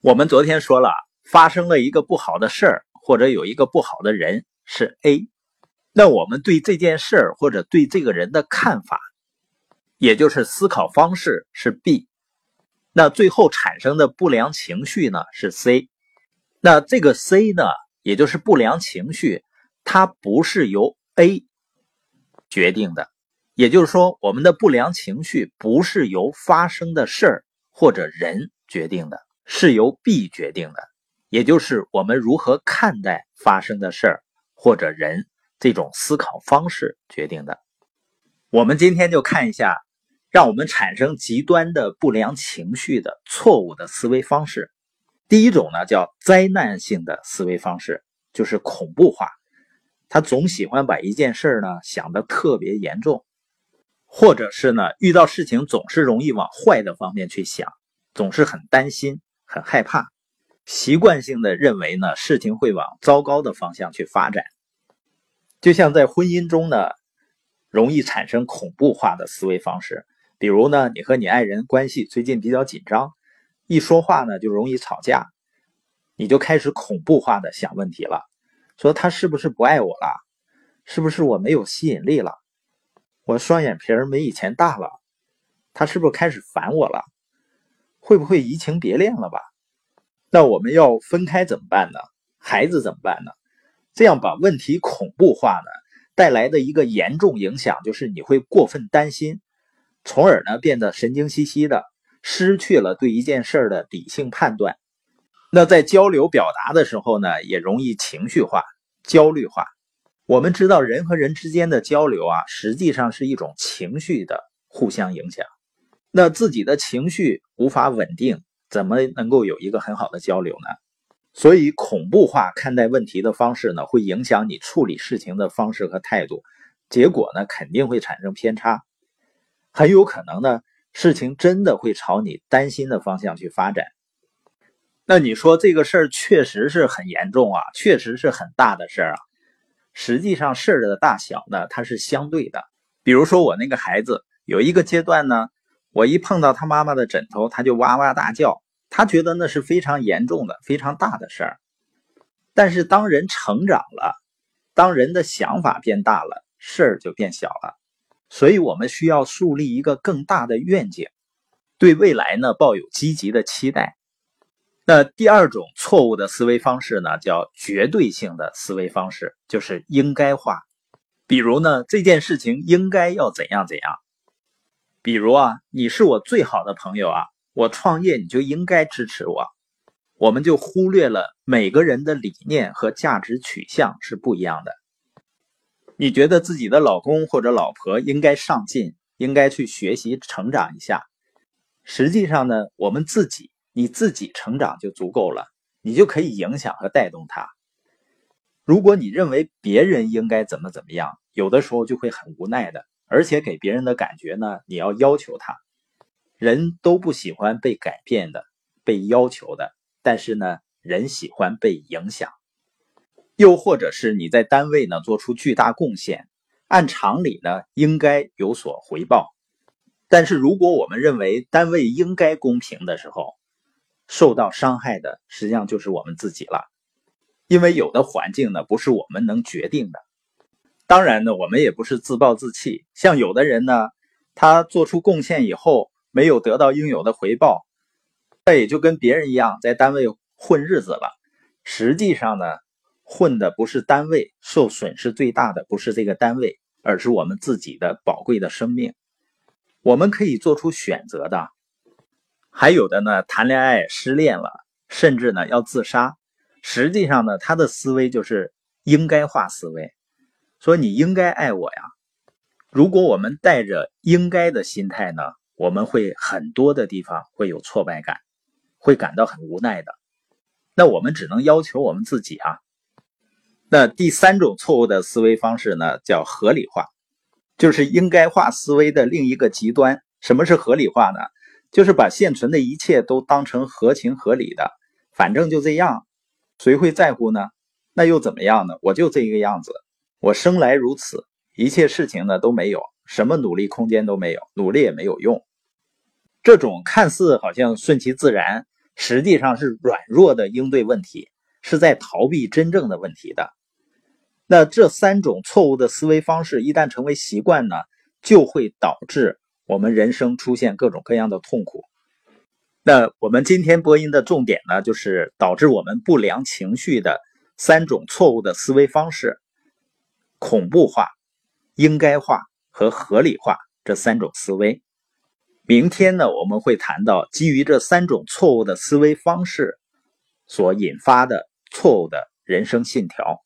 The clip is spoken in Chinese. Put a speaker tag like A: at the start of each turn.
A: 我们昨天说了，发生了一个不好的事儿，或者有一个不好的人是 A， 那我们对这件事儿或者对这个人的看法，也就是思考方式是 B， 那最后产生的不良情绪呢是 C。 那这个 C 呢，也就是不良情绪，它不是由 A 决定的，也就是说我们的不良情绪不是由发生的事儿或者人决定的，是由 B 决定的，也就是我们如何看待发生的事儿或者人这种思考方式决定的。我们今天就看一下让我们产生极端的不良情绪的错误的思维方式。第一种呢叫灾难性的思维方式，就是恐怖化，他总喜欢把一件事呢想得特别严重，或者是呢遇到事情总是容易往坏的方面去想，总是很担心很害怕，习惯性的认为呢事情会往糟糕的方向去发展。就像在婚姻中呢容易产生恐怖化的思维方式，比如呢你和你爱人关系最近比较紧张，一说话呢就容易吵架，你就开始恐怖化的想问题了，说他是不是不爱我了，是不是我没有吸引力了，我双眼皮没以前大了，他是不是开始烦我了，会不会移情别恋了吧？那我们要分开怎么办呢？孩子怎么办呢？这样把问题恐怖化呢，带来的一个严重影响就是你会过分担心，从而呢变得神经兮兮的，失去了对一件事的理性判断。那在交流表达的时候呢，也容易情绪化、焦虑化。我们知道人和人之间的交流啊，实际上是一种情绪的互相影响。那自己的情绪无法稳定，怎么能够有一个很好的交流呢？所以恐怖化看待问题的方式呢，会影响你处理事情的方式和态度，结果呢肯定会产生偏差，很有可能呢事情真的会朝你担心的方向去发展。那你说这个事儿确实是很严重啊，确实是很大的事儿啊。实际上事儿的大小呢它是相对的。比如说我那个孩子有一个阶段呢，我一碰到他妈妈的枕头他就哇哇大叫，他觉得那是非常严重的非常大的事儿。但是当人成长了，当人的想法变大了，事儿就变小了。所以我们需要树立一个更大的愿景，对未来呢抱有积极的期待。那第二种错误的思维方式呢叫绝对性的思维方式，就是应该化。比如呢这件事情应该要怎样怎样，比如啊你是我最好的朋友啊，我创业你就应该支持我。我们就忽略了每个人的理念和价值取向是不一样的。你觉得自己的老公或者老婆应该上进，应该去学习成长一下，实际上呢你自己成长就足够了，你就可以影响和带动他。如果你认为别人应该怎么怎么样，有的时候就会很无奈的，而且给别人的感觉呢你要要求他。人都不喜欢被改变的，被要求的，但是呢人喜欢被影响。又或者是你在单位呢做出巨大贡献，按常理呢应该有所回报，但是如果我们认为单位应该公平的时候，受到伤害的实际上就是我们自己了。因为有的环境呢不是我们能决定的。当然呢我们也不是自暴自弃，像有的人呢他做出贡献以后没有得到应有的回报，他也就跟别人一样在单位混日子了。实际上呢混的不是单位，受损失最大的不是这个单位，而是我们自己的宝贵的生命。我们可以做出选择的。还有的呢谈恋爱失恋了，甚至呢要自杀，实际上呢他的思维就是应该化思维，说你应该爱我呀。如果我们带着应该的心态呢，我们会很多的地方会有挫败感，会感到很无奈的。那我们只能要求我们自己啊。那第三种错误的思维方式呢叫合理化，就是应该化思维的另一个极端。什么是合理化呢？就是把现存的一切都当成合情合理的，反正就这样，谁会在乎呢？那又怎么样呢？我就这个样子，我生来如此，一切事情呢都没有，什么努力空间都没有，努力也没有用。这种看似好像顺其自然， 实际上是软弱的应对问题，是在逃避真正的问题的。那这3种错误的思维方式一旦成为习惯呢，就会导致我们人生出现各种各样的痛苦。那我们今天播音的重点呢，就是导致我们不良情绪的3种错误的思维方式：恐怖化、应该化和合理化这3种思维。明天呢，我们会谈到基于这3种错误的思维方式所引发的错误的人生信条。